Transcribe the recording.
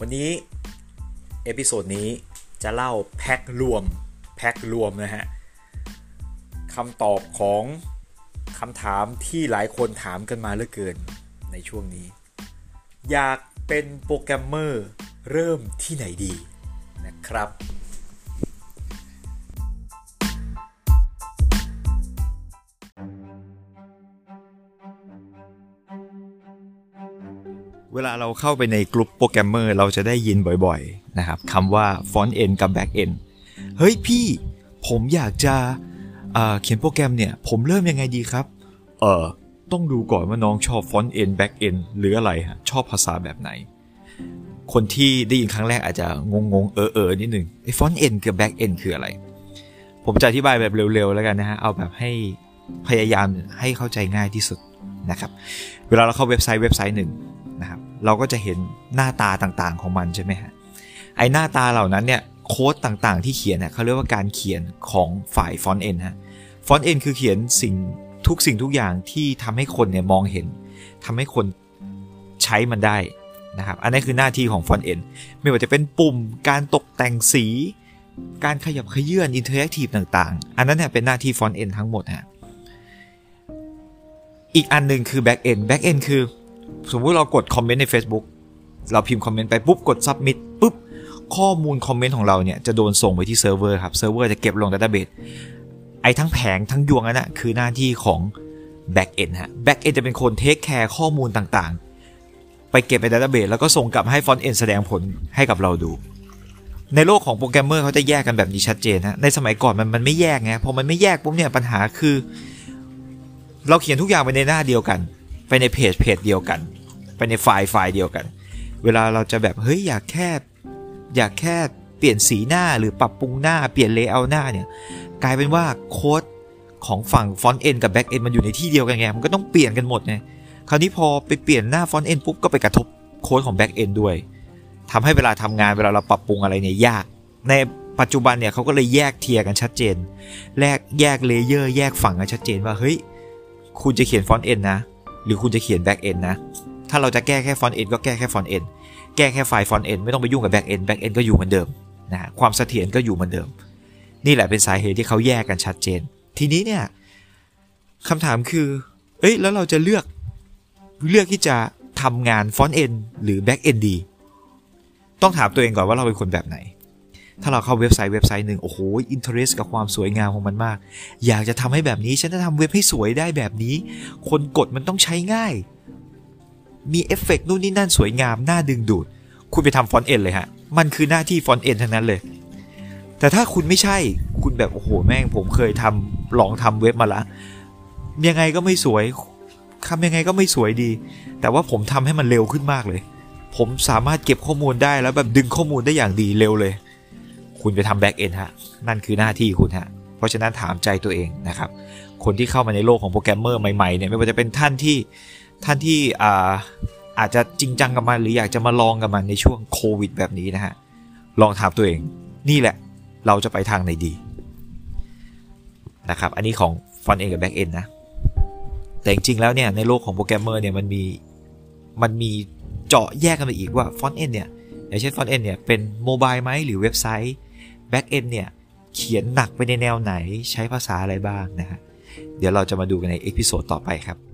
วันนี้เอพิโซดนี้จะเล่าแพ็ครวมนะฮะคำตอบของคำถามที่หลายคนถามกันมาเหลือเกินในช่วงนี้อยากเป็นโปรแกรมเมอร์เริ่มที่ไหนดีนะครับเวลาเราเข้าไปในกลุ่มโปรแกรมเมอร์เราจะได้ยินบ่อยๆนะครับคำว่า Front End กับ Back End เฮ้ยพี่ผมอยากจะเขียนโปรแกรมเนี่ยผมเริ่มยังไงดีครับต้องดูก่อนว่าน้องชอบ Front End Back End หรืออะไรฮะชอบภาษาแบบไหนคนที่ได้ยินครั้งแรกอาจจะงงนิดนึงไอ้ Front End กับ Back End คืออะไรผมจะอธิบายแบบเร็วๆแล้วกันนะฮะเอาแบบให้พยายามให้เข้าใจง่ายที่สุดนะครับเวลาเราเข้าเว็บไซต์หนึ่งนะครับเราก็จะเห็นหน้าตาต่างๆของมันใช่ไหมฮะไอหน้าตาเหล่านั้นเนี่ยโค้ดต่างๆที่เขียนเขาเรียกว่าการเขียนของฝ่าย Front End ฮะ Front End คือเขียนทุกอย่างที่ทำให้คนเนี่ยมองเห็นทำให้คนใช้มันได้นะครับอันนี้คือหน้าที่ของ Front End ไม่ว่าจะเป็นปุ่มการตกแต่งสีการขยับเขยื้อน Interactive ต่างๆอันนั้นเนี่ยเป็นหน้าที่ Front End ทั้งหมดฮะอีกอันนึงคือ Back End คือสมมุติเรากดคอมเมนต์ใน Facebook เราพิมพ์คอมเมนต์ไปปุ๊บกด Submit ปุ๊บข้อมูลคอมเมนต์ของเราเนี่ยจะโดนส่งไปที่เซิร์ฟเวอร์ครับเซิร์ฟเวอร์จะเก็บลง Database ไอ้ทั้งแผงทั้งยวงนั้นนะคือหน้าที่ของ Back End ฮะ Back End จะเป็นคนเทคแคร์ข้อมูลต่างๆไปเก็บใน Database แล้วก็ส่งกลับให้ Front End แสดงผลให้กับเราดูในโลกของโปรแกรมเมอร์เขาจะแยกกันแบบนี้ชัดเจนฮะในสมัยก่อนมันไม่แยกไงพอมันไม่แยกปุ๊บเนี่ยปัญหาคือเราเขียนทุกอย่างไปในหน้าเดียวกันไปในเพจเดียวกันไปในไฟล์เดียวกันเวลาเราจะแบบเฮ้ยอยากแค่เปลี่ยนสีหน้าหรือปรับปรุงหน้าเปลี่ยนเลเยอร์หน้าเนี่ยกลายเป็นว่าโค้ดของฝั่ง Front End กับ Back End มันอยู่ในที่เดียวกันไงมันก็ต้องเปลี่ยนกันหมดไงคราวนี้พอไปเปลี่ยนหน้า Front End ปุ๊บก็ไปกระทบโค้ดของ Back End ด้วยทำให้เวลาทำงานเวลาเราปรับปรุงอะไรเนี่ยยากในปัจจุบันเนี่ยเขาก็เลยแยกเทียร์กันชัดเจนแยกเลเยอร์แยกฝั่งกันชัดเจนว่าเฮ้ยคุณจะเขียน Front End นะหรือคุณจะเขียน Back End นะถ้าเราจะแก้แค่ Front End ก็แก้แค่ Front End แก้แค่ไฟล์ Front End ไม่ต้องไปยุ่งกับ Back End Back End ก็อยู่เหมือนเดิมนะความเสถียรก็อยู่เหมือนเดิมนี่แหละเป็นสาเหตุที่เขาแยกกันชัดเจนทีนี้เนี่ยคำถามคือแล้วเราจะเลือกที่จะทำงาน Front End หรือ Back End ดีต้องถามตัวเองก่อนว่าเราเป็นคนแบบไหนถ้าเราเข้าเว็บไซต์หนึ่งโอ้โหอินเทอร์เรสกับความสวยงามของมันมากอยากจะทำให้แบบนี้ฉันจะทำเว็บให้สวยได้แบบนี้คนกดมันต้องใช้ง่ายมีเอฟเฟกต์นู่นนี่นั่นสวยงามน่าดึงดูดคุณไปทำฟอนต์เอ็นเลยฮะมันคือหน้าที่ฟอนต์เอ็นทั้งนั้นเลยแต่ถ้าคุณไม่ใช่คุณแบบโอ้โหแม่งผมเคยลองทำเว็บมาละยังไงก็ไม่สวยทำยังไงก็ไม่สวยดีแต่ว่าผมทำให้มันเร็วขึ้นมากเลยผมสามารถเก็บข้อมูลได้แล้วแบบดึงข้อมูลได้อย่างดีเร็วเลยคุณไปทำแบ็กเอนด์ฮะนั่นคือหน้าที่คุณฮะเพราะฉะนั้นถามใจตัวเองนะครับคนที่เข้ามาในโลกของโปรแกรมเมอร์ใหม่ๆเนี่ยไม่ว่าจะเป็นท่านที่อาจจะจริงจังกับมันหรืออยากจะมาลองกับมันในช่วงโควิดแบบนี้นะฮะลองถามตัวเองนี่แหละเราจะไปทางไหนดีนะครับอันนี้ของ Front End กับ Back End นะแต่จริงๆแล้วเนี่ยในโลกของโปรแกรมเมอร์เนี่ยมันมีเจาะแยกกันไปอีกว่า Front End เนี่ยอย่างเช่น Front End เนี่ยเป็นโมบายไหมหรือเว็บไซต์ Back End เนี่ยเขียนหนักไปในแนวไหนใช้ภาษาอะไรบ้างนะฮะเดี๋ยวเราจะมาดูกันในเอพิโซดต่อไปครับ